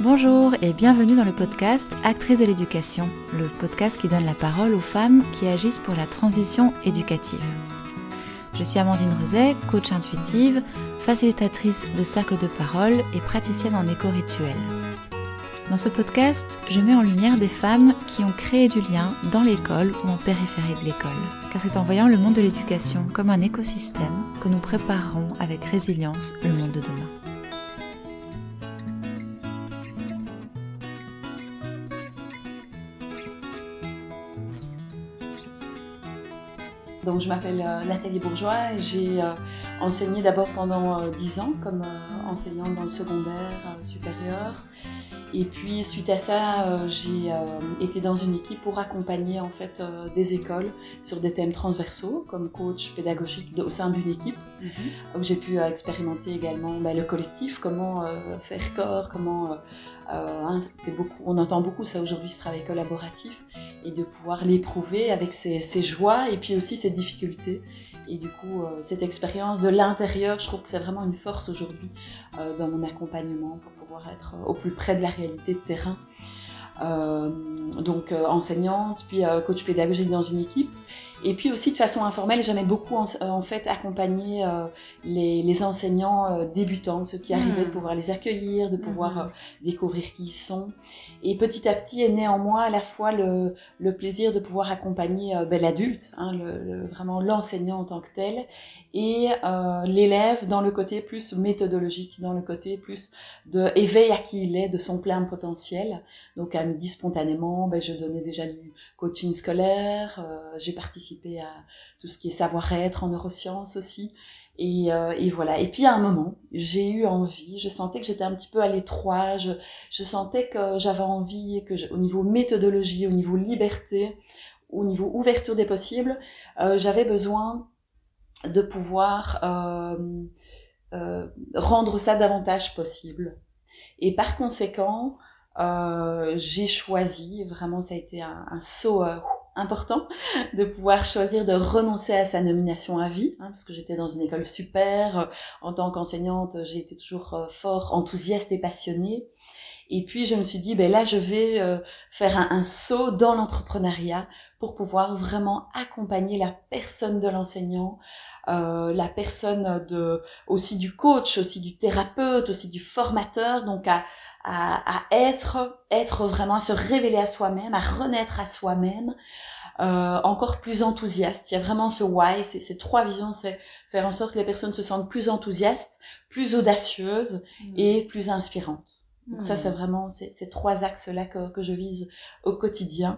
Bonjour et bienvenue dans le podcast Actrices de l'éducation, le podcast qui donne la parole aux femmes qui agissent pour la transition éducative. Je suis Amandine Rezet, coach intuitive, facilitatrice de cercles de parole et praticienne en éco-rituel. Dans ce podcast, je mets en lumière des femmes qui ont créé du lien dans l'école ou en périphérie de l'école. Car c'est en voyant le monde de l'éducation comme un écosystème que nous préparerons avec résilience le monde de demain. Donc je m'appelle Nathalie Bourgeois et j'ai enseigné d'abord pendant 10 ans comme enseignante dans le secondaire supérieur. Et puis suite à ça, j'ai été dans une équipe pour accompagner en fait des écoles sur des thèmes transversaux comme coach pédagogique au sein d'une équipe. Où j'ai pu expérimenter également le collectif, comment faire corps, comment on entend beaucoup ça aujourd'hui, ce travail collaboratif, et de pouvoir l'éprouver avec ses joies et puis aussi ses difficultés. Et du coup, cette expérience de l'intérieur, je trouve que c'est vraiment une force aujourd'hui dans mon accompagnement pour pouvoir être au plus près de la réalité de terrain. Donc enseignante, puis coach pédagogique dans une équipe. Et puis aussi de façon informelle, j'aimais beaucoup en fait accompagner les enseignants débutants, ceux qui arrivaient, de pouvoir les accueillir, de pouvoir découvrir qui ils sont. Et petit à petit est né en moi à la fois le plaisir de pouvoir accompagner l'adulte, vraiment l'enseignant en tant que tel, et l'élève dans le côté plus méthodologique, dans le côté plus de éveil à qui il est, de son plein potentiel. Donc à midi spontanément, je donnais déjà du coaching scolaire, j'ai participé à tout ce qui est savoir-être en neurosciences aussi, et voilà. Et puis à un moment, j'ai eu envie, je sentais que j'étais un petit peu à l'étroit, je sentais que j'avais envie, au niveau méthodologie, au niveau liberté, au niveau ouverture des possibles, j'avais besoin de pouvoir rendre ça davantage possible. Et par conséquent, j'ai choisi, vraiment ça a été un saut important, de pouvoir choisir de renoncer à sa nomination à vie, parce que j'étais dans une école super, en tant qu'enseignante j'ai été toujours fort enthousiaste et passionnée. Et puis je me suis dit, là je vais faire un saut dans l'entrepreneuriat pour pouvoir vraiment accompagner la personne de l'enseignant, la personne aussi du coach, aussi du thérapeute, aussi du formateur, donc à être vraiment, à se révéler à soi-même, à renaître à soi-même, encore plus enthousiaste. Il y a vraiment ce why, ces trois visions, c'est faire en sorte que les personnes se sentent plus enthousiastes, plus audacieuses et plus inspirantes. Donc ça, c'est vraiment ces trois axes-là que je vise au quotidien.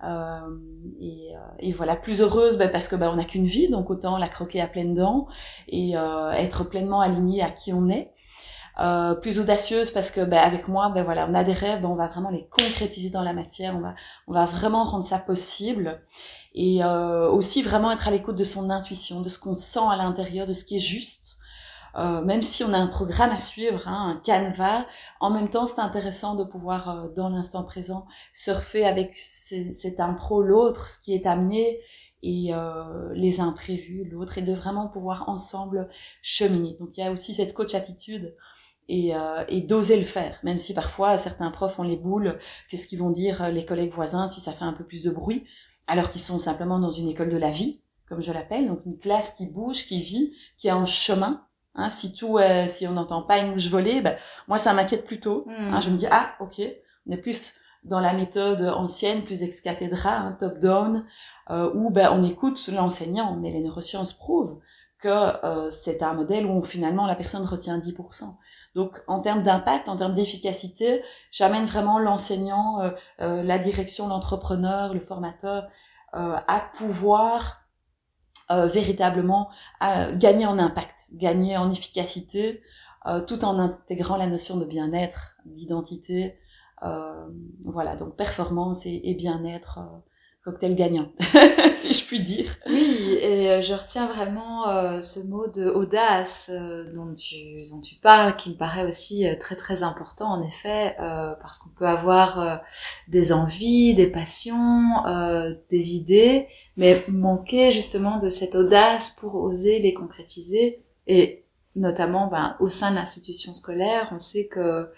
Et voilà, plus heureuse parce que on n'a qu'une vie, donc autant la croquer à pleines dents et être pleinement alignée à qui on est. Plus audacieuse parce que avec moi, voilà, on a des rêves, on va vraiment les concrétiser dans la matière, on va vraiment rendre ça possible. Et aussi vraiment être à l'écoute de son intuition, de ce qu'on sent à l'intérieur, de ce qui est juste. Même si on a un programme à suivre, un canevas, en même temps c'est intéressant de pouvoir dans l'instant présent surfer avec cet impro, l'autre, ce qui est amené, et les imprévus, l'autre, et de vraiment pouvoir ensemble cheminer. Donc il y a aussi cette coach attitude et d'oser le faire, même si parfois certains profs ont les boules, qu'est-ce qu'ils vont dire les collègues voisins si ça fait un peu plus de bruit, alors qu'ils sont simplement dans une école de la vie, comme je l'appelle, donc une classe qui bouge, qui vit, qui est en chemin. Si on n'entend pas une mouche voler, moi ça m'inquiète plutôt. Je me dis ok, on est plus dans la méthode ancienne, plus ex cathedra, top down, où on écoute l'enseignant, mais les neurosciences prouvent que c'est un modèle où finalement la personne retient 10%. Donc en termes d'impact, en termes d'efficacité, j'amène vraiment l'enseignant, la direction, l'entrepreneur, le formateur à pouvoir véritablement gagner en impact, gagner en efficacité, tout en intégrant la notion de bien-être, d'identité, voilà, donc performance et bien-être, cocktail gagnant, si je puis dire. Oui, et je retiens vraiment ce mot de audace dont tu parles, qui me paraît aussi très très important en effet, parce qu'on peut avoir des envies, des passions, des idées, mais manquer justement de cette audace pour oser les concrétiser. Et notamment au sein de l'institution scolaire, on sait que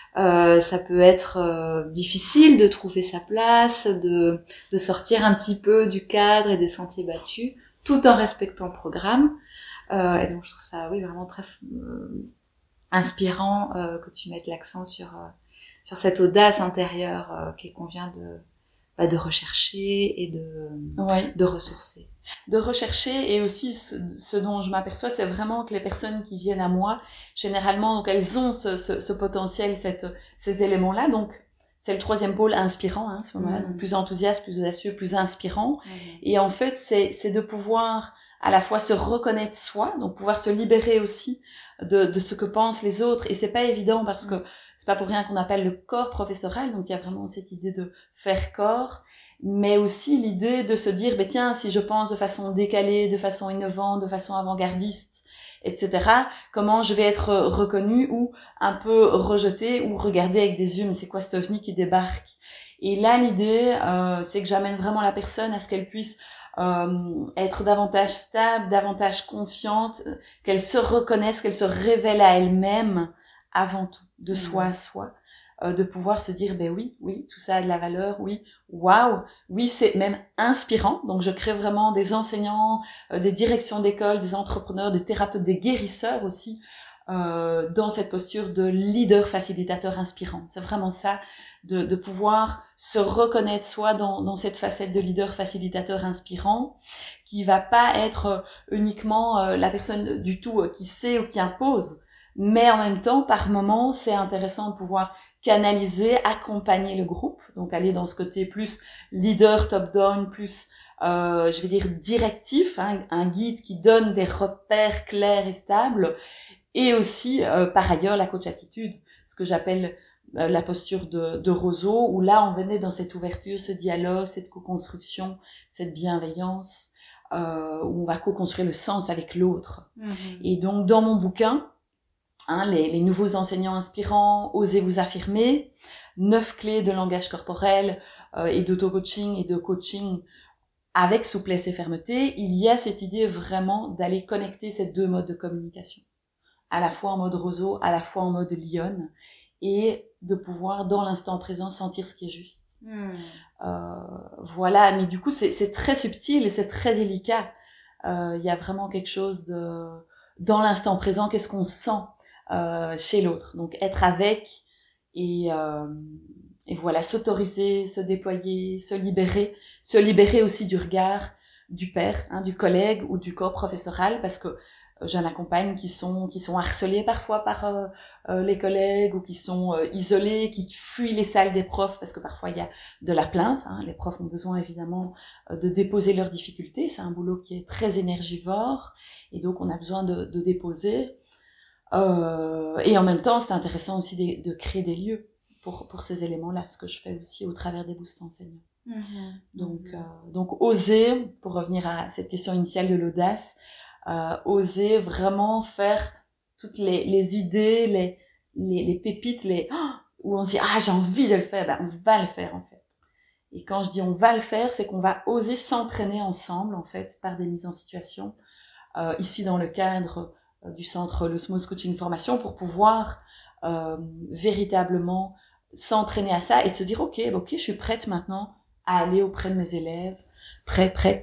Ça peut être difficile de trouver sa place, de sortir un petit peu du cadre et des sentiers battus, tout en respectant le programme. Et donc je trouve ça vraiment très inspirant que tu mettes l'accent sur cette audace intérieure qu'il convient de rechercher et de ressourcer. De rechercher, et aussi ce dont je m'aperçois, c'est vraiment que les personnes qui viennent à moi, généralement, donc elles ont ce potentiel, ces éléments-là, donc c'est le troisième pôle inspirant, à ce moment-là, donc plus enthousiaste, plus audacieux, plus inspirant, et en fait c'est de pouvoir à la fois se reconnaître soi, donc pouvoir se libérer aussi de ce que pensent les autres, et c'est pas évident parce que c'est pas pour rien qu'on appelle le corps professoral, donc il y a vraiment cette idée de faire corps, mais aussi l'idée de se dire, tiens, si je pense de façon décalée, de façon innovante, de façon avant-gardiste, etc., comment je vais être reconnue ou un peu rejetée ou regardée avec des yeux, mais c'est quoi cet ovni qui débarque? Et là, l'idée, c'est que j'amène vraiment la personne à ce qu'elle puisse être davantage stable, davantage confiante, qu'elle se reconnaisse, qu'elle se révèle à elle-même avant tout, de soi à soi, de pouvoir se dire oui, tout ça a de la valeur, oui, waouh, oui, c'est même inspirant. Donc je crée vraiment des enseignants, des directions d'école, des entrepreneurs, des thérapeutes, des guérisseurs aussi, dans cette posture de leader facilitateur inspirant. C'est vraiment ça, de pouvoir se reconnaître soi dans cette facette de leader facilitateur inspirant, qui va pas être uniquement la personne du tout qui sait ou qui impose, mais en même temps, par moment, c'est intéressant de pouvoir canaliser, accompagner le groupe, donc aller dans ce côté plus leader top-down, plus je vais dire directif, un guide qui donne des repères clairs et stables, et aussi par ailleurs la coach attitude, ce que j'appelle la posture de Roseau, où là on venait dans cette ouverture, ce dialogue, cette co-construction, cette bienveillance, où on va co-construire le sens avec l'autre. Et donc dans mon bouquin, les nouveaux enseignants inspirants, osez vous affirmer, 9 clés de langage corporel et d'auto-coaching et de coaching avec souplesse et fermeté, il y a cette idée vraiment d'aller connecter ces deux modes de communication, à la fois en mode Roseau, à la fois en mode Lyon, et de pouvoir dans l'instant présent sentir ce qui est juste. Voilà, mais du coup c'est très subtil et c'est très délicat. Il y a vraiment quelque chose de dans l'instant présent, qu'est-ce qu'on sent chez l'autre, donc être avec et voilà, s'autoriser, se déployer, se libérer aussi du regard du père, du collègue ou du corps professoral, parce que j'en accompagne qui sont harcelés parfois par les collègues ou qui sont isolés, qui fuient les salles des profs parce que parfois il y a de la plainte. Les profs ont besoin évidemment de déposer leurs difficultés, c'est un boulot qui est très énergivore et donc on a besoin de déposer. Et en même temps, c'est intéressant aussi de créer des lieux pour ces éléments-là, ce que je fais aussi au travers des boosts enseignants. Donc oser, pour revenir à cette question initiale de l'audace, oser vraiment faire toutes les idées, les pépites, où on se dit j'ai envie de le faire, on va le faire en fait. Et quand je dis on va le faire, c'est qu'on va oser s'entraîner ensemble en fait par des mises en situation, ici dans le cadre du centre l'Osmose Coaching Formation, pour pouvoir véritablement s'entraîner à ça et de se dire ok, je suis prête maintenant à aller auprès de mes élèves, prête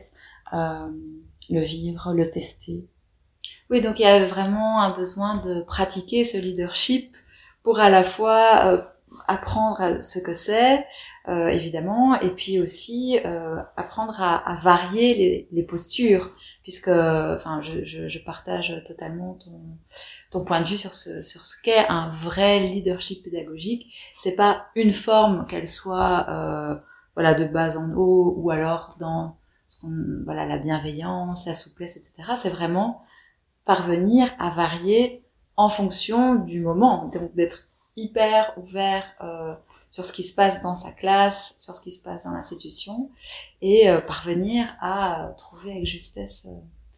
le vivre, le tester. Oui, donc il y a vraiment un besoin de pratiquer ce leadership pour à la fois apprendre ce que c'est, évidemment, et puis aussi apprendre à varier les postures, puisque, je partage totalement ton point de vue sur ce qu'est un vrai leadership pédagogique. C'est pas une forme, qu'elle soit de bas en haut ou alors dans la bienveillance, la souplesse, etc. C'est vraiment parvenir à varier en fonction du moment, donc d'être hyper ouvert sur ce qui se passe dans sa classe, sur ce qui se passe dans l'institution, et parvenir à trouver avec justesse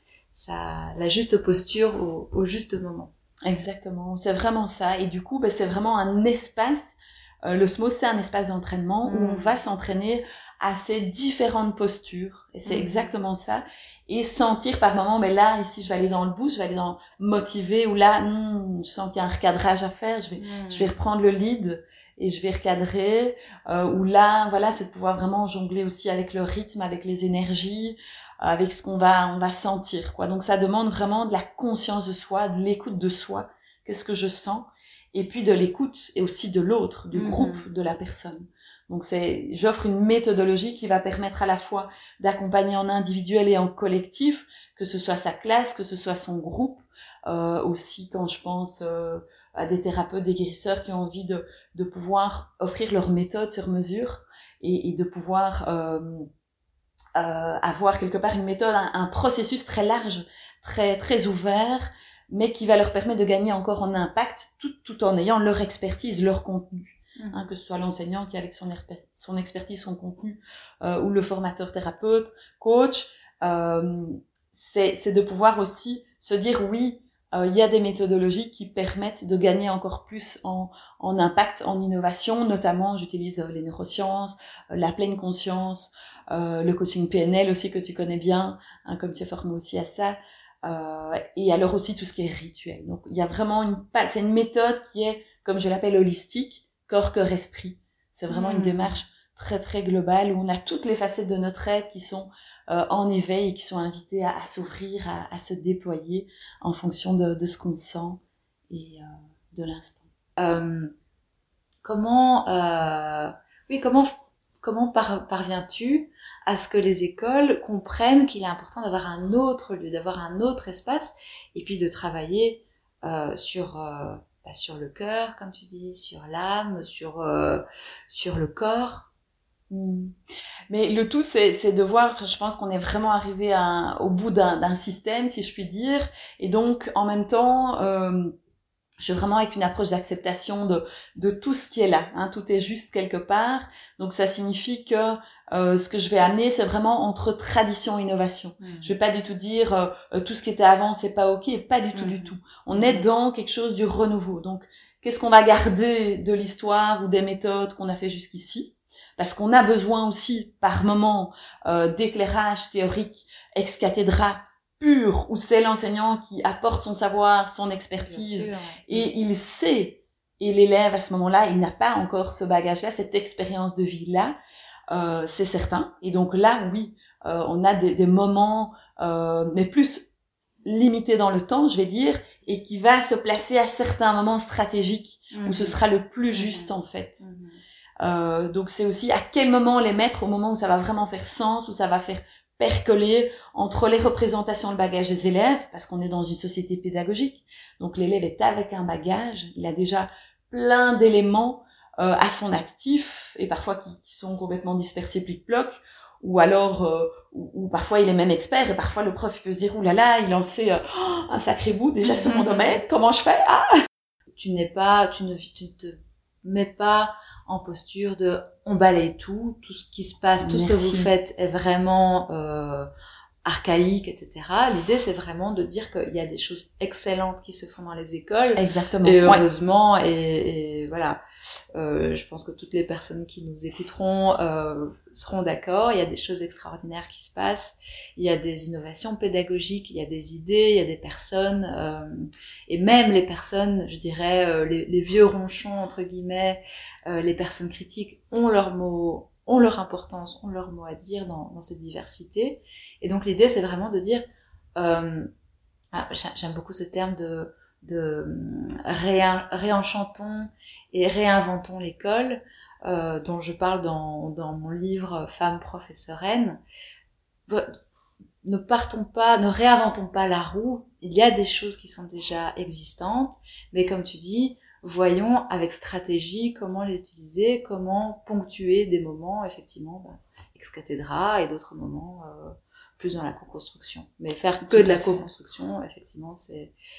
la juste posture au juste moment. Exactement, c'est vraiment ça. Et du coup, c'est vraiment un espace, l'osmose c'est un espace d'entraînement où on va s'entraîner à ces différentes postures. Et c'est exactement ça. Et sentir par moment, mais là, ici, je vais aller dans le boost, je vais aller dans motiver, ou là, je sens qu'il y a un recadrage à faire, je vais reprendre le lead et je vais recadrer, ou là, voilà, c'est de pouvoir vraiment jongler aussi avec le rythme, avec les énergies, avec ce on va sentir, quoi. Donc, ça demande vraiment de la conscience de soi, de l'écoute de soi. Qu'est-ce que je sens? Et puis de l'écoute et aussi de l'autre, du groupe, de la personne. Donc j'offre une méthodologie qui va permettre à la fois d'accompagner en individuel et en collectif, que ce soit sa classe, que ce soit son groupe, aussi quand je pense à des thérapeutes, des guérisseurs qui ont envie de pouvoir offrir leur méthode sur mesure et de pouvoir avoir quelque part une méthode, un processus très large, très très ouvert, mais qui va leur permettre de gagner encore en impact tout en ayant leur expertise, leur contenu. Que ce soit l'enseignant qui avec son expertise, son contenu, ou le formateur thérapeute, coach, c'est de pouvoir aussi se dire oui, il y a des méthodologies qui permettent de gagner encore plus en impact, en innovation, notamment j'utilise les neurosciences, la pleine conscience, le coaching PNL aussi que tu connais bien, comme tu es formé aussi à ça. Et alors aussi tout ce qui est rituel. Donc il y a vraiment c'est une méthode qui est, comme je l'appelle, holistique, corps, cœur, esprit. C'est vraiment une démarche très très globale où on a toutes les facettes de notre être qui sont en éveil et qui sont invitées à s'ouvrir, à se déployer en fonction de ce qu'on sent et de l'instant. Comment parviens-tu à ce que les écoles comprennent qu'il est important d'avoir un autre lieu, d'avoir un autre espace, et puis de travailler sur le cœur, comme tu dis, sur l'âme, sur le corps. Mais le tout, c'est de voir, je pense qu'on est vraiment arrivé au bout d'un système, si je puis dire, et donc en même temps, je suis vraiment avec une approche d'acceptation de tout ce qui est là, tout est juste quelque part. Donc ça signifie que ce que je vais amener, c'est vraiment entre tradition et innovation. Je vais pas du tout dire tout ce qui était avant c'est pas ok, pas du tout du tout. On est dans quelque chose du renouveau. Donc qu'est-ce qu'on va garder de l'histoire ou des méthodes qu'on a fait jusqu'ici, parce qu'on a besoin aussi par moment d'éclairage théorique ex cathedra pur, où c'est l'enseignant qui apporte son savoir, son expertise, et il sait, et l'élève à ce moment-là, il n'a pas encore ce bagage-là, cette expérience de vie-là, c'est certain. Et donc là, oui, on a des moments, mais plus limités dans le temps, je vais dire, et qui va se placer à certains moments stratégiques, où ce sera le plus juste en fait. Donc c'est aussi à quel moment les mettre, au moment où ça va vraiment faire sens, où ça va faire percoler entre les représentations, le bagage des élèves, parce qu'on est dans une société pédagogique. Donc l'élève est avec un bagage, il a déjà plein d'éléments à son actif, et parfois qui sont complètement dispersés, plic-ploc, ou alors ou parfois il est même expert, et parfois le prof il peut se dire oulala, il en sait un sacré bout déjà sur mon domaine, comment je fais? Tu ne te mets pas en posture de on balaye tout ce qui se passe, tout ce que vous faites est vraiment archaïque, etc. L'idée, c'est vraiment de dire qu'il y a des choses excellentes qui se font dans les écoles. Exactement. Et heureusement, et voilà. Je pense que toutes les personnes qui nous écouteront seront d'accord. Il y a des choses extraordinaires qui se passent. Il y a des innovations pédagogiques, il y a des idées, il y a des personnes, et même les personnes, je dirais, les vieux ronchons, entre guillemets, les personnes critiques ont leur mot, ont leur importance, ont leur mot à dire dans cette diversité. Et donc l'idée, c'est vraiment de dire, j'aime beaucoup ce terme de réenchantons et réinventons l'école, dont je parle dans mon livre Femmes, Prof et Sereines. Ne réinventons pas la roue. Il y a des choses qui sont déjà existantes, mais comme tu dis, voyons avec stratégie comment les utiliser, comment ponctuer des moments, effectivement, ex cathedra, et d'autres moments plus dans la co-construction. Mais faire que de la co-construction, effectivement, ça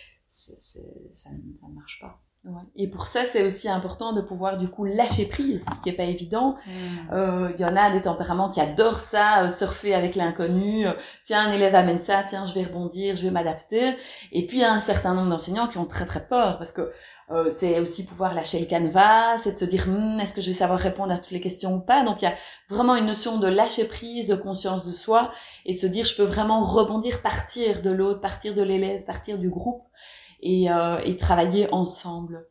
ne marche pas. Ouais. Et pour ça, c'est aussi important de pouvoir du coup lâcher prise, ce qui est pas évident. Y en a des tempéraments qui adorent ça, surfer avec l'inconnu. Tiens, un élève amène ça, tiens, je vais rebondir, je vais m'adapter. Et puis il y a un certain nombre d'enseignants qui ont très très peur parce que c'est aussi pouvoir lâcher le canevas, c'est de se dire est-ce que je vais savoir répondre à toutes les questions ou pas. Donc il y a vraiment une notion de lâcher prise, de conscience de soi et de se dire je peux vraiment rebondir, partir de l'autre, partir de l'élève, partir du groupe et travailler ensemble.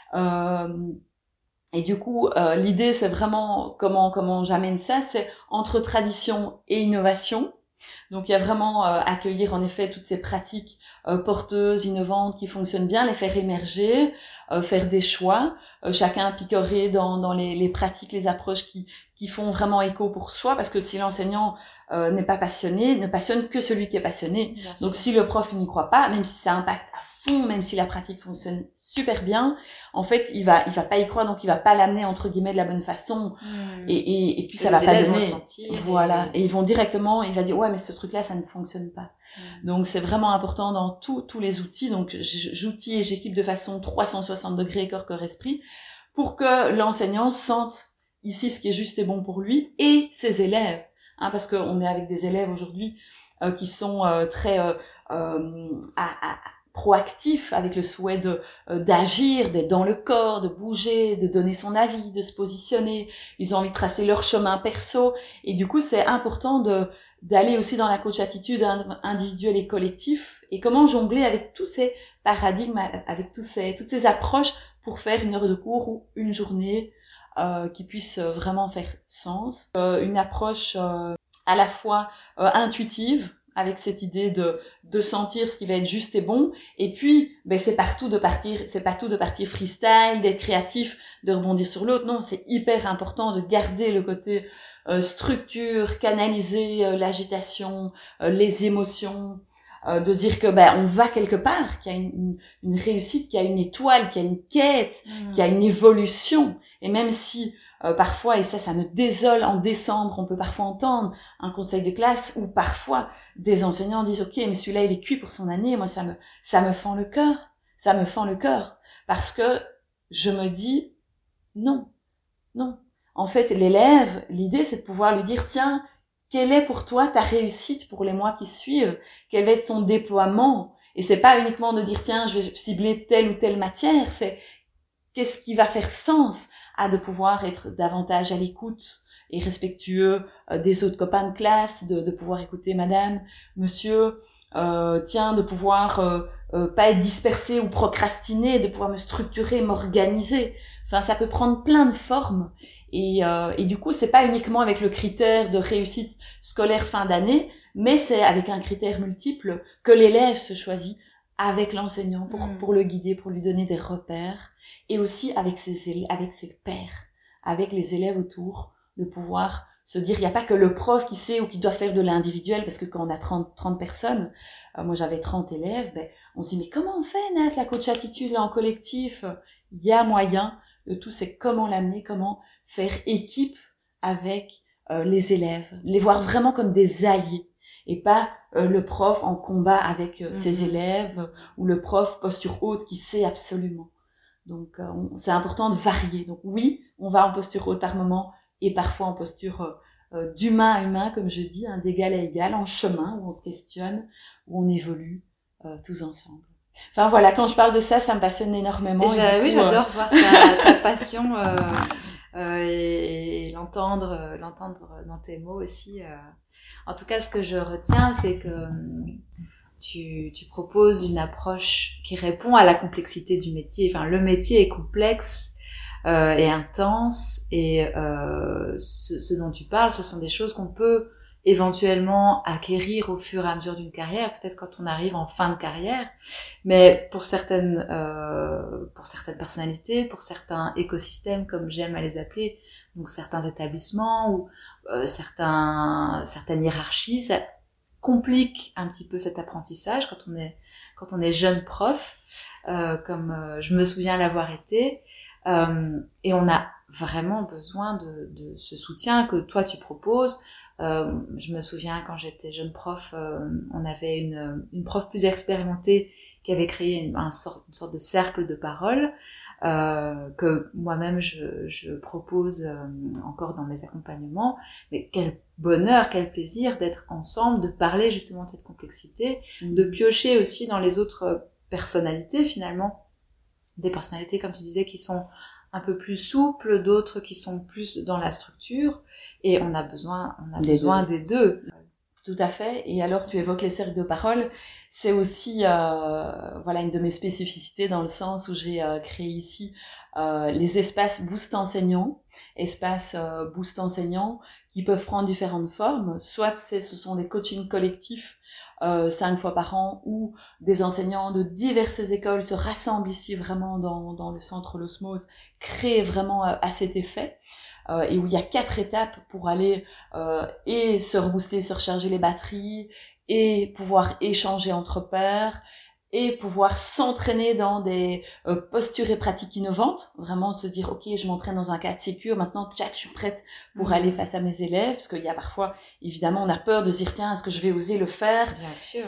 Et du coup, l'idée c'est vraiment comment j'amène ça, c'est entre tradition et innovation. Donc il y a vraiment accueillir en effet toutes ces pratiques porteuses, innovantes, qui fonctionnent bien, les faire émerger, faire des choix, chacun picorer dans les pratiques, les approches qui font vraiment écho pour soi, parce que si l'enseignant n'est pas passionné, ne passionne que celui qui est passionné. Donc si le prof n'y croit pas, même si ça impacte à fond, même si la pratique fonctionne super bien, en fait il va pas y croire, donc il va pas l'amener entre guillemets de la bonne façon et puis ça va pas donner. Voilà, et ils vont directement, il va dire ouais mais ce truc là ça ne fonctionne pas. Donc c'est vraiment important dans tous les outils. Donc j'outille et j'équipe de façon 360 degrés corps esprit pour que l'enseignant sente ici ce qui est juste et bon pour lui et ses élèves. Parce qu'on est avec des élèves aujourd'hui qui sont très proactifs, avec le souhait d'agir, d'être dans le corps, de bouger, de donner son avis, de se positionner. Ils ont envie de tracer leur chemin perso. Et du coup, c'est important d'aller aussi dans la coach attitude individuelle et collectif. Et comment jongler avec tous ces paradigmes, avec toutes ces approches pour faire une heure de cours ou une journée qui puisse vraiment faire sens. Une approche à la fois intuitive, avec cette idée de sentir ce qui va être juste et bon, et puis c'est pas tout de partir freestyle, d'être créatif, de rebondir sur l'autre. Non, c'est hyper important de garder le côté structure, canaliser l'agitation, les émotions, de dire que on va quelque part, qu'il y a une réussite, qu'il y a une étoile, qu'il y a une quête, qu'il y a une évolution. Et même si parfois, et ça me désole, en décembre, on peut parfois entendre un conseil de classe où parfois des enseignants disent ok mais celui-là il est cuit pour son année. Moi ça me fend le cœur, parce que je me dis non. En fait l'élève, l'idée c'est de pouvoir lui dire tiens, quelle est pour toi ta réussite pour les mois qui suivent, quel va être ton déploiement. Et c'est pas uniquement de dire tiens je vais cibler telle ou telle matière, c'est qu'est-ce qui va faire sens de pouvoir être davantage à l'écoute et respectueux des autres copains de classe, de pouvoir écouter madame, monsieur, de pouvoir pas être dispersé ou procrastiner, de pouvoir me structurer, m'organiser. Enfin, ça peut prendre plein de formes. Et du coup, c'est pas uniquement avec le critère de réussite scolaire fin d'année, mais c'est avec un critère multiple que l'élève se choisit avec l'enseignant pour le guider, pour lui donner des repères, et aussi avec ses pairs, avec les élèves autour, de pouvoir se dire, il n'y a pas que le prof qui sait ou qui doit faire de l'individuel, parce que quand on a 30 personnes, moi j'avais 30 élèves, on se dit, mais comment on fait, Nat, la coach attitude là en collectif? Il y a moyen, le tout c'est comment l'amener, comment faire équipe avec les élèves, les voir vraiment comme des alliés, et pas le prof en combat avec ses élèves, ou le prof posture haute qui sait absolument. Donc c'est important de varier. Donc oui, on va en posture haute par moment, et parfois en posture d'humain à humain, comme je dis, d'égal à égal, en chemin, où on se questionne, où on évolue tous ensemble. Enfin voilà, quand je parle de ça, ça me passionne énormément. Oui, j'adore voir ta passion et l'entendre dans tes mots aussi. En tout cas, ce que je retiens, c'est que tu proposes une approche qui répond à la complexité du métier. Enfin, le métier est complexe et intense, et ce dont tu parles, ce sont des choses qu'on peut éventuellement acquérir au fur et à mesure d'une carrière, peut-être quand on arrive en fin de carrière, mais pour certaines personnalités, pour certains écosystèmes, comme j'aime à les appeler, donc certains établissements ou certaines hiérarchies, ça complique un petit peu cet apprentissage quand on est jeune prof, comme je me souviens l'avoir été, et on a vraiment besoin de ce soutien que toi tu proposes. Je me souviens quand j'étais jeune prof, on avait une prof plus expérimentée qui avait créé une sorte de cercle de parole que moi-même je propose encore dans mes accompagnements. Mais quel bonheur, quel plaisir d'être ensemble, de parler justement de cette complexité, de piocher aussi dans les autres personnalités finalement, des personnalités, comme tu disais, qui sont un peu plus souples, d'autres qui sont plus dans la structure, et on a besoin des deux. Tout à fait. Et alors, tu évoques les cercles de parole. C'est aussi, voilà, une de mes spécificités dans le sens où j'ai créé ici les espaces boost enseignants, qui peuvent prendre différentes formes. Soit ce sont des coachings collectifs 5 fois par an, où des enseignants de diverses écoles se rassemblent ici vraiment dans le centre L'Osmose, créent vraiment à cet effet. Et où il y a 4 étapes pour aller et se rebooster, se recharger les batteries, et pouvoir échanger entre pairs, et pouvoir s'entraîner dans des postures et pratiques innovantes, vraiment se dire ok, je m'entraîne dans un cadre sécure, maintenant tchac, je suis prête pour aller face à mes élèves, parce qu'il y a parfois, évidemment, on a peur de se dire tiens, est-ce que je vais oser le faire? Bien sûr.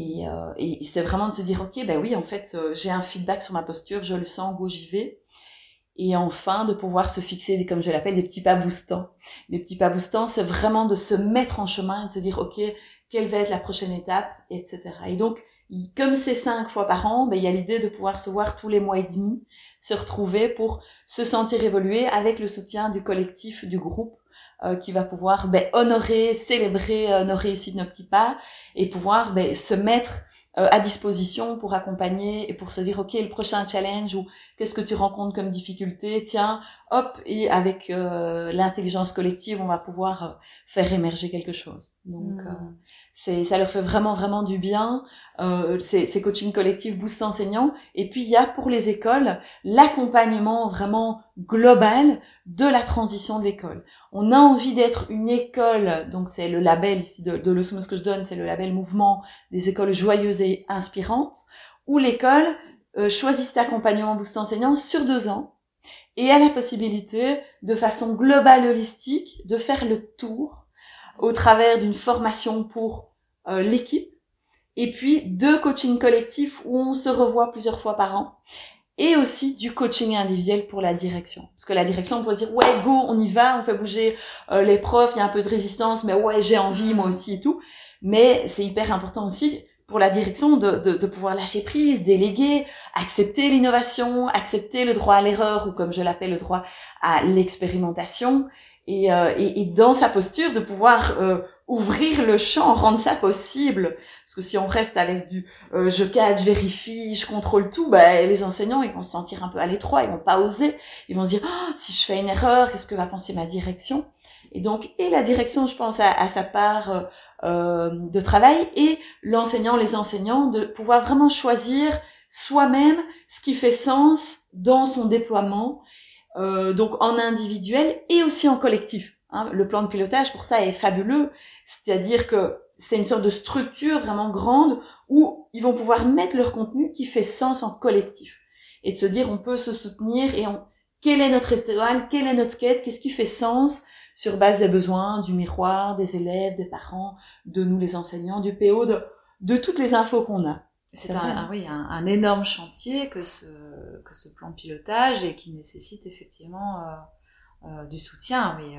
Et c'est vraiment de se dire ok, ben oui, en fait, j'ai un feedback sur ma posture, je le sens, go, j'y vais. Et enfin, de pouvoir se fixer, comme je l'appelle, des petits pas boostants. Les petits pas boostants, c'est vraiment de se mettre en chemin et de se dire, ok, quelle va être la prochaine étape, etc. Et donc, comme c'est 5 fois par an, ben, il y a l'idée de pouvoir se voir tous les mois et demi, se retrouver pour se sentir évoluer avec le soutien du collectif, du groupe, qui va pouvoir honorer, célébrer nos réussites, nos petits pas, et pouvoir se mettre à disposition pour accompagner et pour se dire ok, le prochain challenge, ou qu'est-ce que tu rencontres comme difficulté, tiens, hop, et avec l'intelligence collective, on va pouvoir faire émerger quelque chose. Donc ça leur fait vraiment vraiment du bien, ces coachings collectifs boost enseignants. Et puis il y a pour les écoles l'accompagnement vraiment global de la transition de l'école. On a envie d'être une école, donc c'est le label ici de l'Osmose que je donne, c'est le label mouvement des écoles joyeuses et inspirantes, où l'école choisit cet accompagnement boost enseignant sur 2 ans, et a la possibilité, de façon globale, holistique, de faire le tour au travers d'une formation pour l'équipe, et puis 2 coachings collectifs où on se revoit plusieurs fois par an, et aussi du coaching individuel pour la direction. Parce que la direction, on pourrait dire, ouais, go, on y va, on fait bouger les profs, il y a un peu de résistance, mais ouais, j'ai envie, moi aussi et tout. Mais c'est hyper important aussi pour la direction de pouvoir lâcher prise, déléguer, accepter l'innovation, accepter le droit à l'erreur, ou comme je l'appelle, le droit à l'expérimentation, et dans sa posture de pouvoir ouvrir le champ, rendre ça possible. Parce que si on reste avec du je cadre, je vérifie, je contrôle tout, les enseignants, ils vont se sentir un peu à l'étroit, ils vont pas oser, ils vont se dire si je fais une erreur, qu'est-ce que va penser ma direction? Et donc, et la direction, je pense, à sa part de travail, et l'enseignant, les enseignants, de pouvoir vraiment choisir soi-même ce qui fait sens dans son déploiement, donc en individuel et aussi en collectif. Le plan de pilotage, pour ça, est fabuleux. C'est-à-dire que c'est une sorte de structure vraiment grande où ils vont pouvoir mettre leur contenu qui fait sens en collectif. Et de se dire, on peut se soutenir, et quelle est notre étoile, quelle est notre quête, qu'est-ce qui fait sens sur base des besoins, du miroir, des élèves, des parents, de nous les enseignants, du PO, de toutes les infos qu'on a. C'est un énorme chantier que ce plan de pilotage, et qui nécessite effectivement du soutien. Mais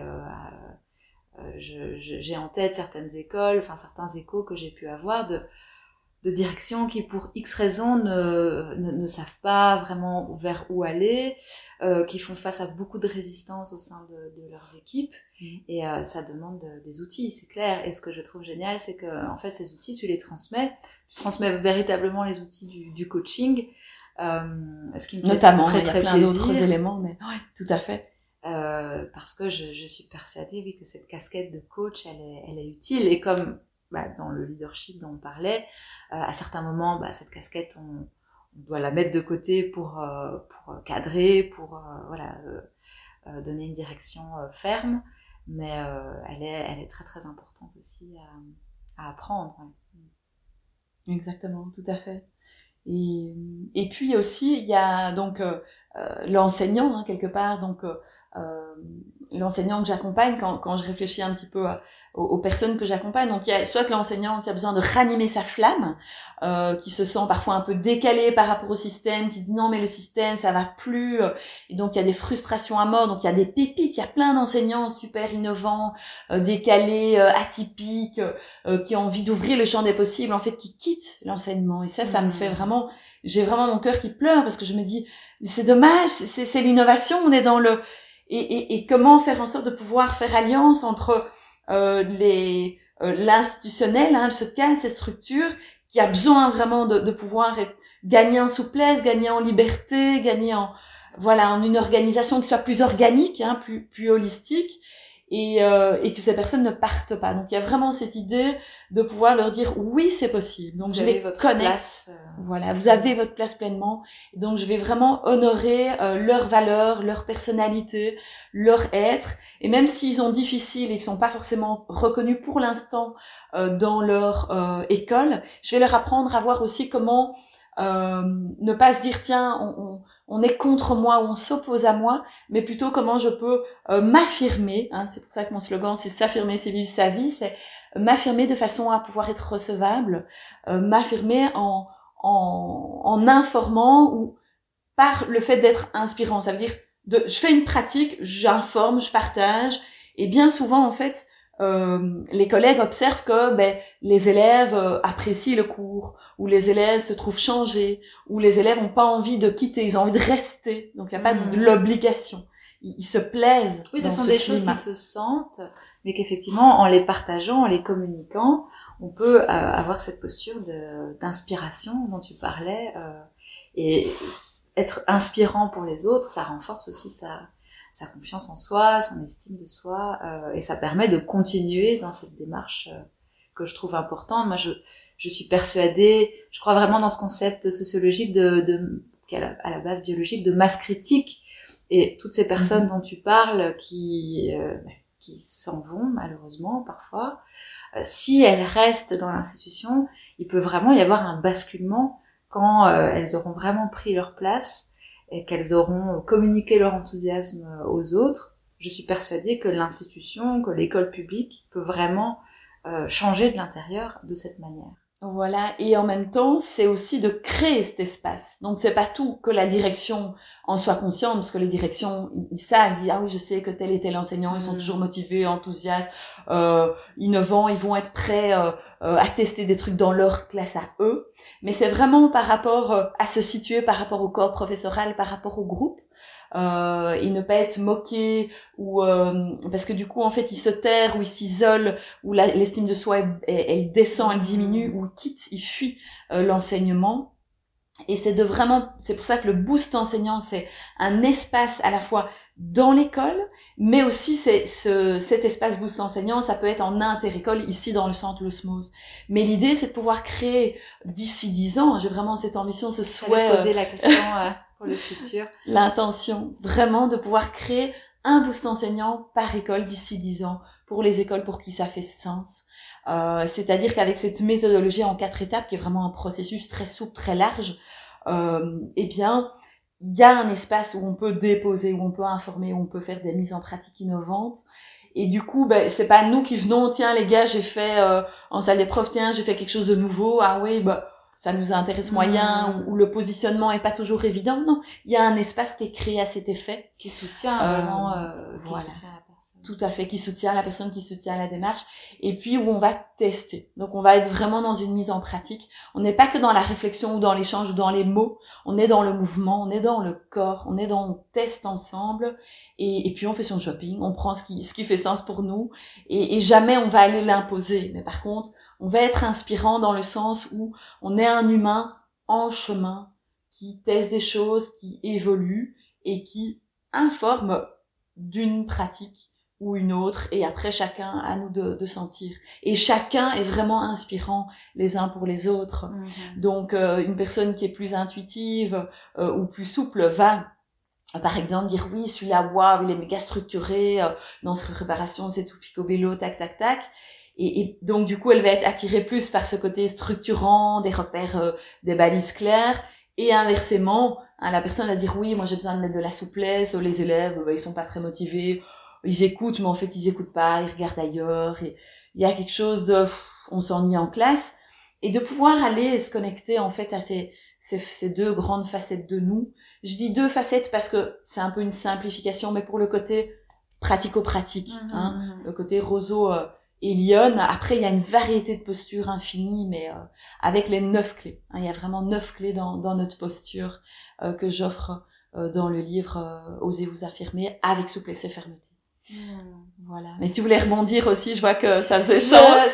j'ai en tête certaines écoles, enfin certains échos que j'ai pu avoir de directions qui, pour X raisons, ne savent pas vraiment vers où aller, qui font face à beaucoup de résistance au sein de leurs équipes, et ça demande des outils, c'est clair. Et ce que je trouve génial, c'est que en fait, ces outils, tu transmets véritablement les outils du coaching, ce qui me fait notamment, très, il y a très plein plaisir. d'autres éléments, mais ouais, tout à fait. Parce que je suis persuadée, oui, que cette casquette de coach, elle est utile. Et comme dans le leadership dont on parlait, à certains moments, cette casquette, on doit la mettre de côté pour cadrer, pour donner une direction ferme, mais elle est très très importante aussi à apprendre. Ouais. Exactement, tout à fait. Et puis aussi, il y a donc l'enseignant, quelque part, donc l'enseignant que j'accompagne quand je réfléchis un petit peu aux personnes que j'accompagne. Donc il y a soit l'enseignant qui a besoin de ranimer sa flamme, qui se sent parfois un peu décalé par rapport au système, qui dit non mais le système ça va plus, et donc il y a des frustrations à mort. Donc il y a des pépites, il y a plein d'enseignants super innovants, décalés, atypiques, qui ont envie d'ouvrir le champ des possibles, en fait qui quittent l'enseignement. Et ça me fait vraiment, j'ai vraiment mon cœur qui pleure parce que je me dis c'est dommage, c'est l'innovation, on est dans le et comment faire en sorte de pouvoir faire alliance entre l'institutionnel, ce cadre, cette structure qui a besoin vraiment de pouvoir gagner en souplesse, gagner en liberté, gagner en une organisation qui soit plus organique, plus holistique, et que ces personnes ne partent pas. Donc il y a vraiment cette idée de pouvoir leur dire oui, c'est possible. Donc je les connecte. Voilà, vous avez votre place pleinement. Et donc je vais vraiment honorer leurs valeurs, leur personnalité, leur être. Et même s'ils sont difficiles et qu'ils sont pas forcément reconnus pour l'instant dans leur école, je vais leur apprendre à voir aussi comment ne pas se dire tiens on est contre moi ou on s'oppose à moi, mais plutôt comment je peux m'affirmer. C'est pour ça que mon slogan c'est s'affirmer, c'est vivre sa vie, c'est m'affirmer de façon à pouvoir être recevable, m'affirmer en informant ou par le fait d'être inspirant. Ça veut dire je fais une pratique, j'informe, je partage, et bien souvent en fait les collègues observent que les élèves apprécient le cours, ou les élèves se trouvent changés, ou les élèves n'ont pas envie de quitter, ils ont envie de rester. Donc il n'y a pas de l'obligation. Ils se plaisent. Oui, ce sont des choses qui se sentent, mais qu'effectivement, en les partageant, en les communiquant, on peut avoir cette posture d'inspiration dont tu parlais, et être inspirant pour les autres, ça renforce aussi sa confiance en soi, son estime de soi, et ça permet de continuer dans cette démarche que je trouve importante. Moi, je suis persuadée, je crois vraiment dans ce concept sociologique qui est à la base biologique, de masse critique, et toutes ces personnes dont tu parles qui s'en vont malheureusement parfois, si elles restent dans l'institution, il peut vraiment y avoir un basculement quand elles auront vraiment pris leur place et qu'elles auront communiqué leur enthousiasme aux autres. Je suis persuadée que l'institution, que l'école publique peut vraiment changer de l'intérieur de cette manière. Voilà, et en même temps, c'est aussi de créer cet espace. Donc c'est pas tout que la direction en soit consciente, parce que les directions, ils savent, ils disent ah oui, je sais que tel et tel enseignant, ils sont toujours motivés, enthousiastes, innovants, ils vont être prêts à tester des trucs dans leur classe à eux. Mais c'est vraiment par rapport à se situer par rapport au corps professoral, par rapport au groupe. Et ne pas être moqué ou parce que du coup en fait ils se terrent ou ils s'isolent ou l'estime de soi elle descend, elle diminue ou ils quittent, ils fuient l'enseignement. Et c'est pour ça que le boost enseignant c'est un espace à la fois dans l'école, mais aussi cet espace boost enseignant, ça peut être en inter-école, ici dans le centre L'Osmose. Mais l'idée c'est de pouvoir créer d'ici 10 ans, j'ai vraiment cette ambition, ce souhait. J'allais poser la question pour le futur. L'intention, vraiment, de pouvoir créer un boost enseignant par école d'ici 10 ans, pour les écoles pour qui ça fait sens. C'est-à-dire qu'avec cette méthodologie en 4 étapes, qui est vraiment un processus très souple, très large, eh bien, il y a un espace où on peut déposer, où on peut informer, où on peut faire des mises en pratique innovantes. Et du coup, c'est pas nous qui venons, tiens les gars, j'ai fait en salle d'épreuve, tiens, j'ai fait quelque chose de nouveau, ah oui, ça nous intéresse moyen, ou le positionnement est pas toujours évident. Non, il y a un espace qui est créé à cet effet. Qui soutient vraiment, qui soutient la personne. Tout à fait, qui soutient la personne, qui soutient la démarche. Et puis où on va tester. Donc on va être vraiment dans une mise en pratique. On n'est pas que dans la réflexion ou dans l'échange ou dans les mots. On est dans le mouvement, on est dans le corps, on teste ensemble. Et puis on fait son shopping, on prend ce qui fait sens pour nous. Et jamais on va aller l'imposer. Mais par contre, on va être inspirant dans le sens où on est un humain en chemin qui teste des choses, qui évolue et qui informe d'une pratique ou une autre. Et après, chacun à nous de sentir. Et chacun est vraiment inspirant les uns pour les autres. Donc, une personne qui est plus intuitive ou plus souple va par exemple dire oui, celui-là, waouh, il est méga structuré, dans sa préparation, c'est tout picobello, tac, tac, tac. Et donc, du coup, elle va être attirée plus par ce côté structurant, des repères, des balises claires. Et inversement, hein, la personne va dire oui, moi j'ai besoin de mettre de la souplesse, les élèves, ils sont pas très motivés, ils écoutent, mais en fait ils écoutent pas, ils regardent ailleurs, et il y a quelque chose de, on s'ennuie en classe, et de pouvoir aller se connecter en fait à ces deux grandes facettes de nous. Je dis deux facettes parce que c'est un peu une simplification, mais pour le côté pratico-pratique, hein, le côté roseau et lionne. Après, il y a une variété de postures infinie, mais avec les 9 clés. Hein, il y a vraiment 9 clés dans notre posture que j'offre dans le livre Osez vous affirmer avec souplesse et fermeté. Voilà. Mais tu voulais rebondir aussi, je vois que ça faisait sens.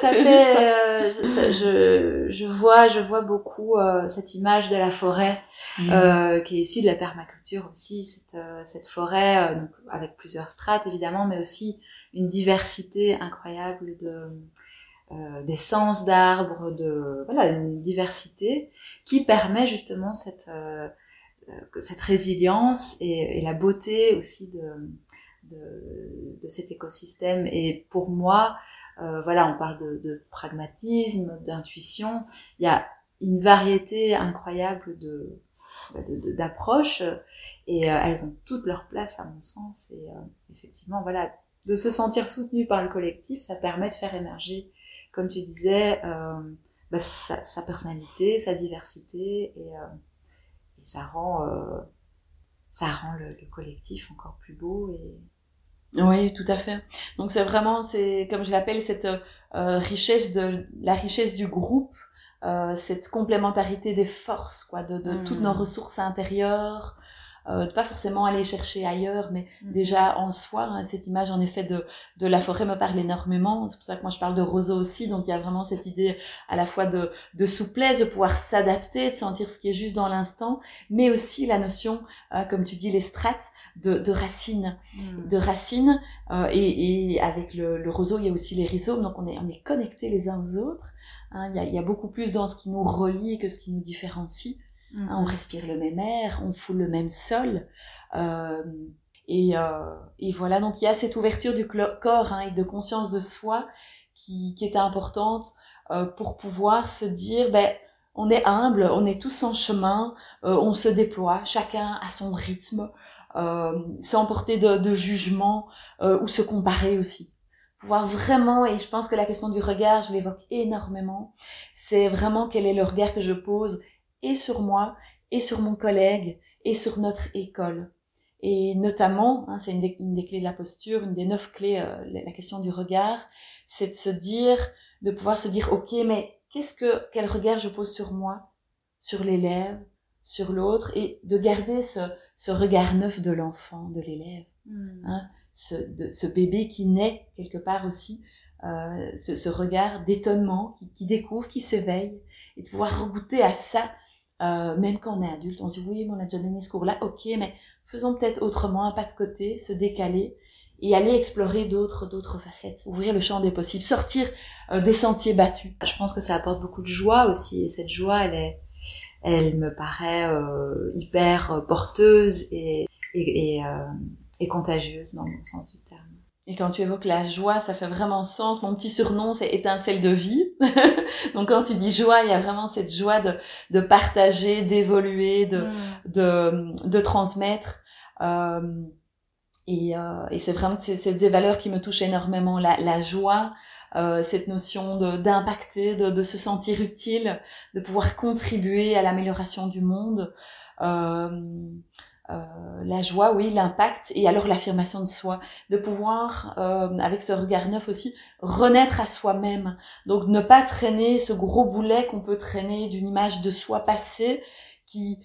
Je vois beaucoup cette image de la forêt qui est issue de la permaculture aussi, cette forêt donc, avec plusieurs strates évidemment, mais aussi une diversité incroyable d'essences d'arbres, une diversité qui permet justement cette résilience et la beauté aussi de cet écosystème. Et pour moi, on parle de pragmatisme, d'intuition. Il y a une variété incroyable d'approches et elles ont toute leur place à mon sens. Et effectivement, de se sentir soutenu par le collectif, ça permet de faire émerger, comme tu disais, sa personnalité, sa diversité et ça rend le collectif encore plus beau et oui, tout à fait. Donc c'est vraiment, comme je l'appelle, cette la richesse du groupe, cette complémentarité des forces, quoi, de toutes nos ressources intérieures, pas forcément aller chercher ailleurs, mais déjà en soi, hein, cette image en effet de la forêt me parle énormément. C'est pour ça que moi je parle de roseau aussi. Donc il y a vraiment cette idée à la fois de souplesse, de pouvoir s'adapter, de sentir ce qui est juste dans l'instant, mais aussi la notion, comme tu dis, les strates de racines, et avec le roseau il y a aussi les rhizomes. Donc on est connectés les uns aux autres. Hein, il y a beaucoup plus dans ce qui nous relie que ce qui nous différencie. On respire le même air, on foule le même sol, et voilà. Donc il y a cette ouverture du corps et de conscience de soi qui est importante pour pouvoir se dire, on est humble, on est tous en chemin, on se déploie, chacun à son rythme, sans porter de jugement ou se comparer aussi. Pouvoir vraiment, et je pense que la question du regard, je l'évoque énormément, c'est vraiment quel est le regard que je pose et sur moi, et sur mon collègue, et sur notre école. Et notamment, c'est une des clés de la posture, une des 9 clés, la question du regard, c'est de pouvoir se dire, ok, mais quel regard je pose sur moi, sur l'élève, sur l'autre, et de garder ce regard neuf de l'enfant, de l'élève, ce bébé qui naît quelque part aussi, ce regard d'étonnement, qui découvre, qui s'éveille, et de pouvoir regoûter à ça. Même quand on est adulte, on se dit oui, mais on a déjà donné ce cours-là, ok, mais faisons peut-être autrement, un pas de côté, se décaler et aller explorer d'autres facettes, ouvrir le champ des possibles, sortir des sentiers battus. Je pense que ça apporte beaucoup de joie aussi, et cette joie, elle me paraît hyper porteuse et contagieuse dans le bon sens du terme. Et quand tu évoques la joie, ça fait vraiment sens. Mon petit surnom, c'est étincelle de vie. Donc quand tu dis joie, il y a vraiment cette joie de partager, d'évoluer, de transmettre. Et c'est vraiment c'est des valeurs qui me touchent énormément. La joie, cette notion d'impacter, de se sentir utile, de pouvoir contribuer à l'amélioration du monde. La joie, oui, l'impact, et alors l'affirmation de soi, de pouvoir, avec ce regard neuf aussi, renaître à soi-même. Donc ne pas traîner ce gros boulet qu'on peut traîner d'une image de soi passée qui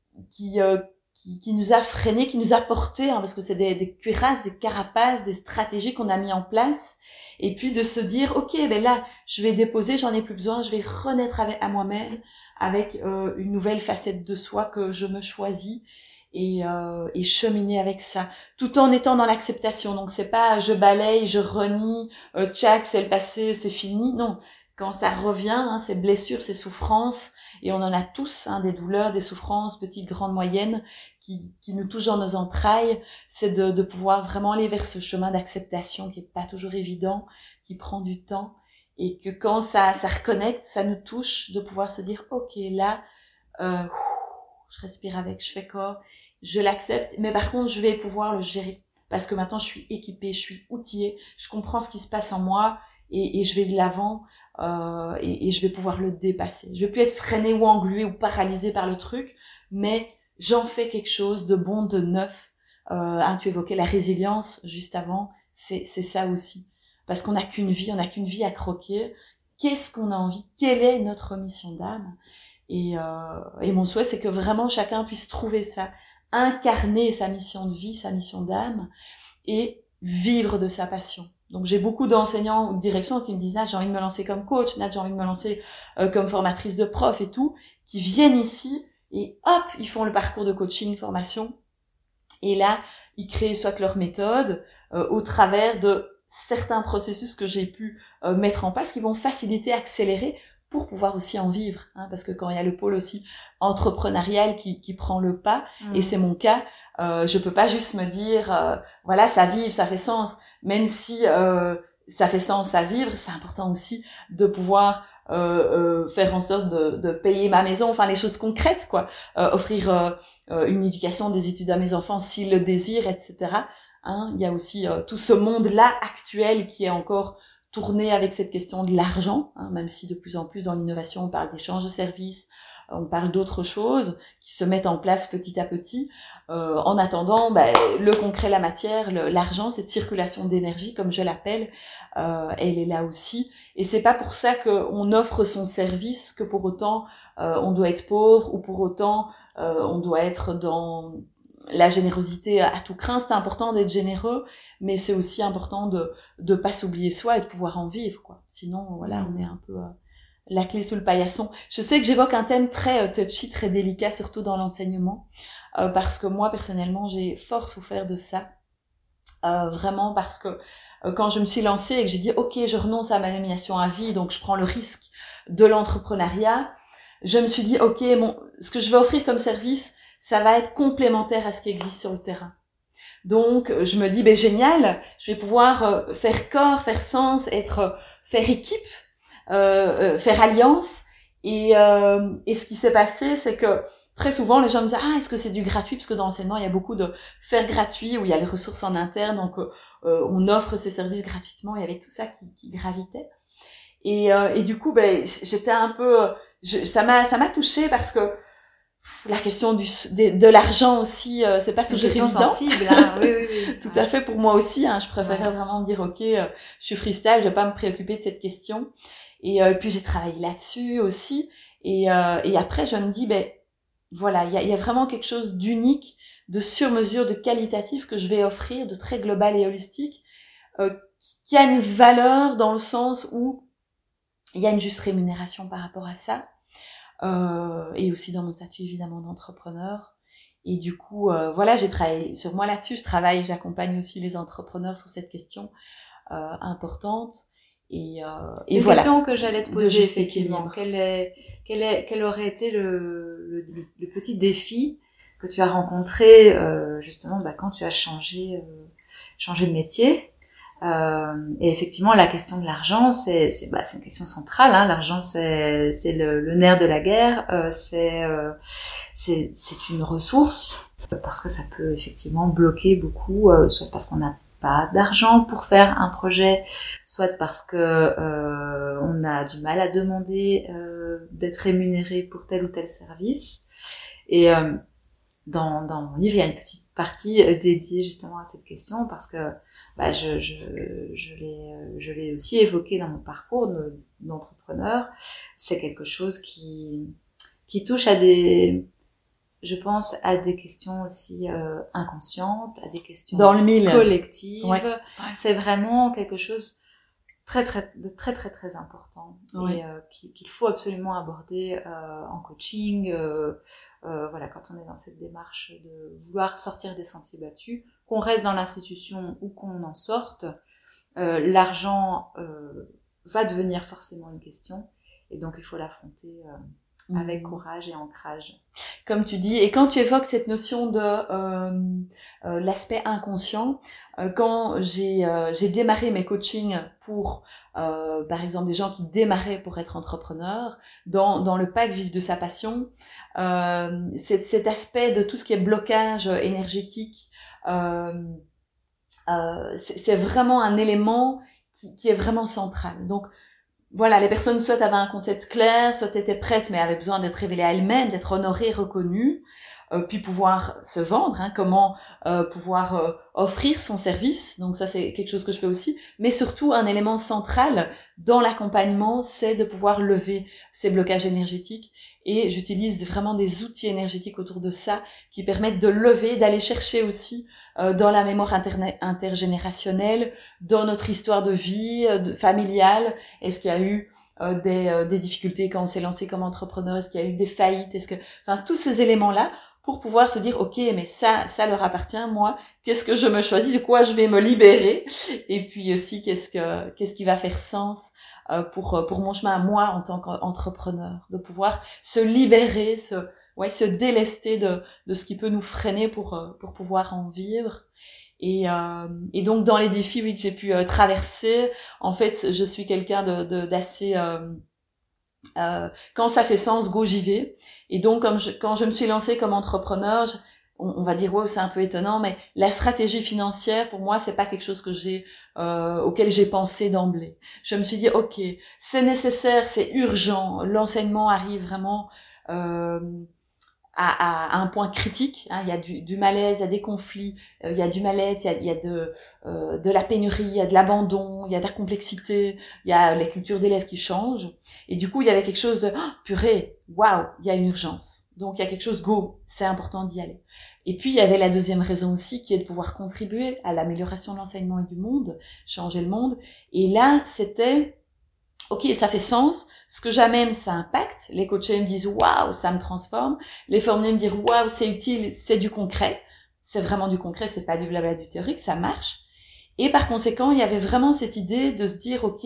nous a freinés, qui nous a portés, parce que c'est des cuirasses, des carapaces, des stratégies qu'on a mis en place, et puis de se dire, ok, là, je vais déposer, j'en ai plus besoin, je vais renaître à moi-même, avec une nouvelle facette de soi que je me choisis, et cheminer avec ça, tout en étant dans l'acceptation. Donc c'est pas je balaye, je renie, tchac, c'est le passé, c'est fini. Non, quand ça revient, ces blessures, ces souffrances, et on en a tous, des douleurs, des souffrances, petites, grandes, moyennes, qui nous touchent dans nos entrailles, c'est de pouvoir vraiment aller vers ce chemin d'acceptation qui est pas toujours évident, qui prend du temps, et que quand ça reconnecte, ça nous touche, de pouvoir se dire ok, là, je respire avec, je fais corps, je l'accepte, mais par contre, je vais pouvoir le gérer. Parce que maintenant, je suis équipée, je suis outillée, je comprends ce qui se passe en moi et je vais de l'avant et je vais pouvoir le dépasser. Je vais plus être freinée ou engluée ou paralysée par le truc, mais j'en fais quelque chose de bon, de neuf. Tu évoquais la résilience juste avant, c'est ça aussi. Parce qu'on n'a qu'une vie, on n'a qu'une vie à croquer. Qu'est-ce qu'on a envie? Quelle est notre mission d'âme? Et mon souhait, c'est que vraiment chacun puisse trouver ça, incarner sa mission de vie, sa mission d'âme, et vivre de sa passion. Donc j'ai beaucoup d'enseignants ou de directions qui me disent j'ai envie de me lancer comme coach, j'ai envie de me lancer comme formatrice de prof et tout, qui viennent ici et hop, ils font le parcours de coaching, formation, et là, ils créent soit leur méthode au travers de certains processus que j'ai pu mettre en place qui vont faciliter, accélérer pour pouvoir aussi en vivre, parce que quand il y a le pôle aussi entrepreneurial qui prend le pas, et c'est mon cas, je peux pas juste me dire voilà, ça vibre, ça fait sens, même si ça fait sens à vivre, c'est important aussi de pouvoir faire en sorte de payer ma maison, enfin les choses concrètes quoi, offrir une éducation, des études à mes enfants s'ils le désirent, etc. Il y a aussi tout ce monde-là actuel qui est encore tourné avec cette question de l'argent, même si de plus en plus dans l'innovation on parle d'échange de services, on parle d'autres choses qui se mettent en place petit à petit. En attendant, le concret, la matière, l'argent, cette circulation d'énergie, comme je l'appelle, elle est là aussi. Et c'est pas pour ça qu'on offre son service que pour autant on doit être pauvre ou pour autant on doit être dans la générosité à tout crin. C'est important d'être généreux, mais c'est aussi important de pas s'oublier soi et de pouvoir en vivre, quoi. Sinon, voilà, on est un peu la clé sous le paillasson. Je sais que j'évoque un thème très touchy, très délicat, surtout dans l'enseignement, parce que moi, personnellement, j'ai fort souffert de ça. Vraiment parce que quand je me suis lancée et que j'ai dit « Ok, je renonce à ma nomination à vie, donc je prends le risque de l'entrepreneuriat », je me suis dit « Ok, ce que je vais offrir comme service, ça va être complémentaire à ce qui existe sur le terrain. » Donc, je me dis « génial, je vais pouvoir faire corps, faire sens, faire équipe, faire alliance. » Et ce qui s'est passé, c'est que très souvent, les gens me disent « est-ce que c'est du gratuit ?» Parce que dans l'enseignement, il y a beaucoup de faire gratuit, où il y a les ressources en interne, donc on offre ces services gratuitement, il y avait tout ça qui gravitait. Et du coup, j'étais un peu... ça m'a touchée parce que la question de l'argent aussi, c'est pas toujours évident. C'est sensible, oui. Tout à fait, pour moi aussi, je préférais vraiment dire « Ok, je suis freestyle, je vais pas me préoccuper de cette question. » Et puis j'ai travaillé là-dessus aussi. Et après, je me dis, voilà, il y a vraiment quelque chose d'unique, de sur-mesure, de qualitatif que je vais offrir, de très global et holistique, qui a une valeur dans le sens où il y a une juste rémunération par rapport à ça, et aussi dans mon statut évidemment d'entrepreneur. Et du coup, voilà, j'ai travaillé sur moi là-dessus, j'accompagne aussi les entrepreneurs sur cette question importante. Et c'est une voilà. question que j'allais te poser effectivement. Quel aurait été le petit défi que tu as rencontré justement quand tu as changé de métier, et effectivement la question de l'argent c'est une question centrale, l'argent c'est le nerf de la guerre, c'est une ressource parce que ça peut effectivement bloquer beaucoup, soit parce qu'on n'a pas d'argent pour faire un projet, soit parce que on a du mal à demander d'être rémunéré pour tel ou tel service. Et dans mon livre, il y a une petite partie dédiée justement à cette question parce que je l'ai aussi évoqué dans mon parcours d'entrepreneur. C'est quelque chose qui touche je pense à des questions aussi inconscientes, à des questions dans le mille collectives. Ouais. C'est vraiment quelque chose de très important, et qu'il faut absolument aborder en coaching. Voilà, quand on est dans cette démarche de vouloir sortir des sentiers battus, qu'on reste dans l'institution ou qu'on en sorte, l'argent va devenir forcément une question, et donc il faut l'affronter avec courage et ancrage. Comme tu dis, et quand tu évoques cette notion de l'aspect inconscient, quand j'ai démarré mes coachings pour, par exemple, des gens qui démarraient pour être entrepreneurs, dans le pack Vivre de sa passion, cet aspect de tout ce qui est blocage énergétique, c'est vraiment un élément qui est vraiment central. Donc, voilà, les personnes soit avaient un concept clair, soit étaient prêtes, mais avaient besoin d'être révélées à elles-mêmes, d'être honorées, reconnues, puis pouvoir se vendre, comment pouvoir offrir son service. Donc ça, c'est quelque chose que je fais aussi. Mais surtout, un élément central dans l'accompagnement, c'est de pouvoir lever ces blocages énergétiques. Et j'utilise vraiment des outils énergétiques autour de ça qui permettent de lever, d'aller chercher aussi dans la mémoire intergénérationnelle, dans notre histoire de vie familiale. Est-ce qu'il y a eu des difficultés quand on s'est lancé comme entrepreneur? Est-ce qu'il y a eu des faillites? Enfin, tous ces éléments-là pour pouvoir se dire, ok, mais ça leur appartient, moi. Qu'est-ce que je me choisis? De quoi je vais me libérer? Et puis aussi, qu'est-ce qui va faire sens pour mon chemin à moi en tant qu'entrepreneur? De pouvoir se libérer, se délester de ce qui peut nous freiner pour pouvoir en vivre. Et donc dans les défis que j'ai pu traverser, en fait, je suis quelqu'un d'assez quand ça fait sens, go, j'y vais. Et donc quand je me suis lancée comme entrepreneur, on va dire ouais, c'est un peu étonnant, mais la stratégie financière pour moi, c'est pas quelque chose que auquel j'ai pensé d'emblée. Je me suis dit ok, c'est nécessaire, c'est urgent, l'enseignement arrive vraiment à un point critique, il y a du malaise, il y a des conflits, il y a du mal-être, il y a de la pénurie, il y a de l'abandon, il y a de la complexité, il y a les cultures d'élèves qui changent, et du coup il y avait quelque chose de purée, waouh, il y a une urgence, donc il y a quelque chose, go, c'est important d'y aller. Et puis il y avait la deuxième raison aussi qui est de pouvoir contribuer à l'amélioration de l'enseignement et du monde, changer le monde, et là c'était ok, ça fait sens. Ce que j'amène, ça impacte. Les coachés me disent waouh, ça me transforme. Les formés me disent waouh, c'est utile, c'est du concret. C'est vraiment du concret, c'est pas du blabla du théorique, ça marche. Et par conséquent, il y avait vraiment cette idée de se dire ok,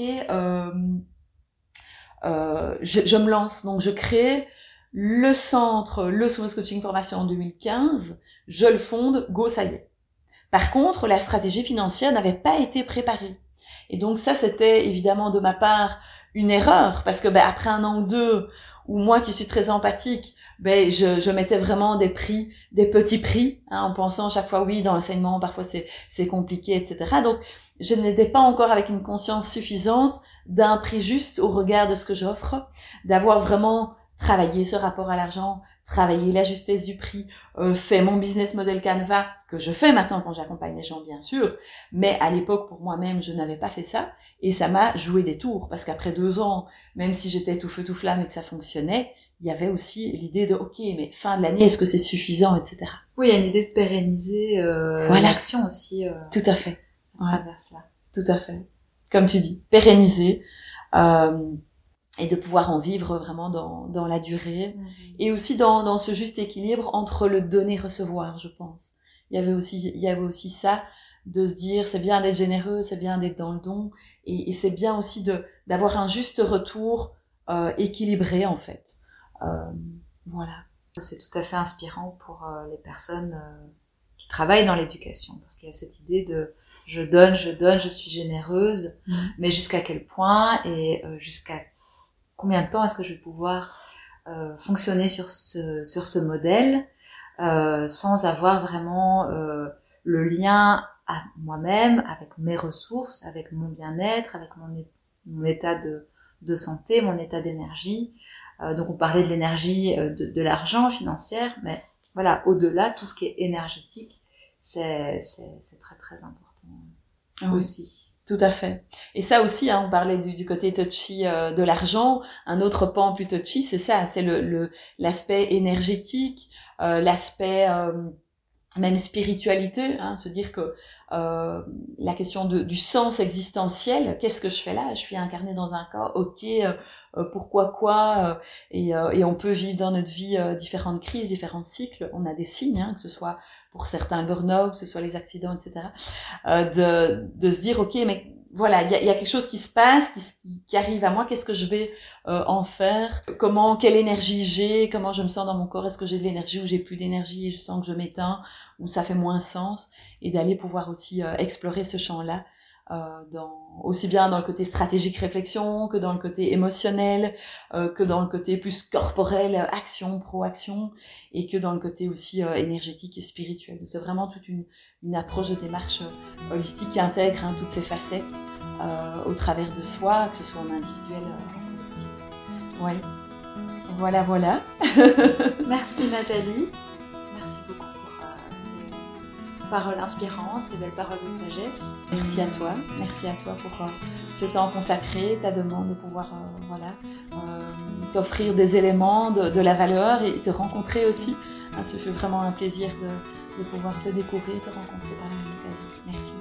je me lance. Donc je crée le centre, le Somos Coaching Formation en 2015. Je le fonde, go, ça y est. Par contre, la stratégie financière n'avait pas été préparée. Et donc ça, c'était évidemment de ma part une erreur, parce que après un an ou deux, où moi qui suis très empathique, je mettais vraiment des prix, des petits prix, en pensant chaque fois oui, dans l'enseignement, parfois c'est compliqué, etc. Donc je n'étais pas encore avec une conscience suffisante d'un prix juste au regard de ce que j'offre, d'avoir vraiment travaillé ce rapport à l'argent, travailler la justesse du prix, fait mon business model Canva, que je fais maintenant quand j'accompagne les gens, bien sûr, mais à l'époque, pour moi-même, je n'avais pas fait ça, et ça m'a joué des tours, parce qu'après 2 ans, même si j'étais tout feu tout flamme et que ça fonctionnait, il y avait aussi l'idée de, ok, mais fin de l'année, est-ce que c'est suffisant, etc. Oui, il y a une idée de pérenniser l'action aussi. Tout à fait. À travers cela. Tout à fait. Comme tu dis, pérenniser, et de pouvoir en vivre vraiment dans la durée, et aussi dans ce juste équilibre entre le donner-recevoir, je pense. Il y avait aussi ça, de se dire c'est bien d'être généreux, c'est bien d'être dans le don, et c'est bien aussi d'avoir un juste retour équilibré en fait. Voilà. C'est tout à fait inspirant pour les personnes qui travaillent dans l'éducation, parce qu'il y a cette idée de je donne, je suis généreuse, mais jusqu'à quel point et jusqu'à combien de temps est-ce que je vais pouvoir fonctionner sur ce modèle sans avoir vraiment le lien à moi-même, avec mes ressources, avec mon bien-être, avec mon état de santé, mon état d'énergie. Donc on parlait de l'énergie, de l'argent financière, mais voilà, au-delà, tout ce qui est énergétique, c'est très très important aussi. Tout à fait. Et ça aussi, on parlait du côté touchy de l'argent. Un autre pan plus touchy, c'est ça, c'est l'aspect énergétique, l'aspect même spiritualité, se dire que la question du sens existentiel, qu'est-ce que je fais là? Je suis incarnée dans un corps, ok, pourquoi quoi, et on peut vivre dans notre vie différentes crises, différents cycles. On a des signes, que ce soit pour certains burn-out, que ce soit les accidents, etc. De se dire, ok, mais voilà, il y a quelque chose qui se passe, qui arrive à moi. Qu'est-ce que je vais en faire? Quelle énergie j'ai? Comment je me sens dans mon corps? Est-ce que j'ai de l'énergie ou j'ai plus d'énergie et je sens que je m'éteins ou ça fait moins sens? Et d'aller pouvoir aussi explorer ce champ-là, aussi bien dans le côté stratégique réflexion que dans le côté émotionnel, que dans le côté plus corporel, action, proaction, et que dans le côté aussi énergétique et spirituel. C'est vraiment toute une approche de démarche holistique qui intègre toutes ces facettes au travers de soi, que ce soit en individuel ou en collectif. Ouais. Voilà. Merci Nathalie. Merci beaucoup pour ces paroles inspirantes, ces belles paroles de sagesse. Merci à toi pour ce temps consacré, ta demande de pouvoir t'offrir des éléments de la valeur et te rencontrer aussi. Ça fait vraiment un plaisir de pouvoir te découvrir, te rencontrer par la même occasion. Merci.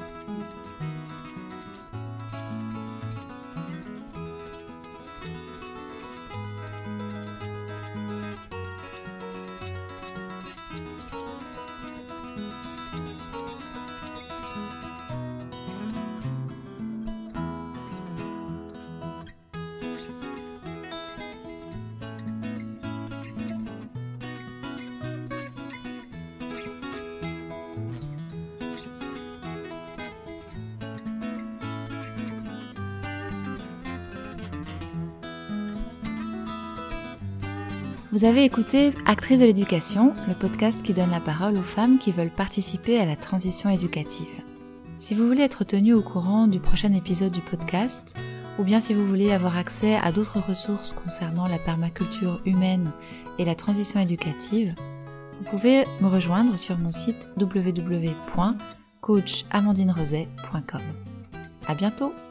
Vous avez écouté Actrices de l'éducation, le podcast qui donne la parole aux femmes qui veulent participer à la transition éducative. Si vous voulez être tenu au courant du prochain épisode du podcast, ou bien si vous voulez avoir accès à d'autres ressources concernant la permaculture humaine et la transition éducative, vous pouvez me rejoindre sur mon site www.coachamandinrezet.com. À bientôt!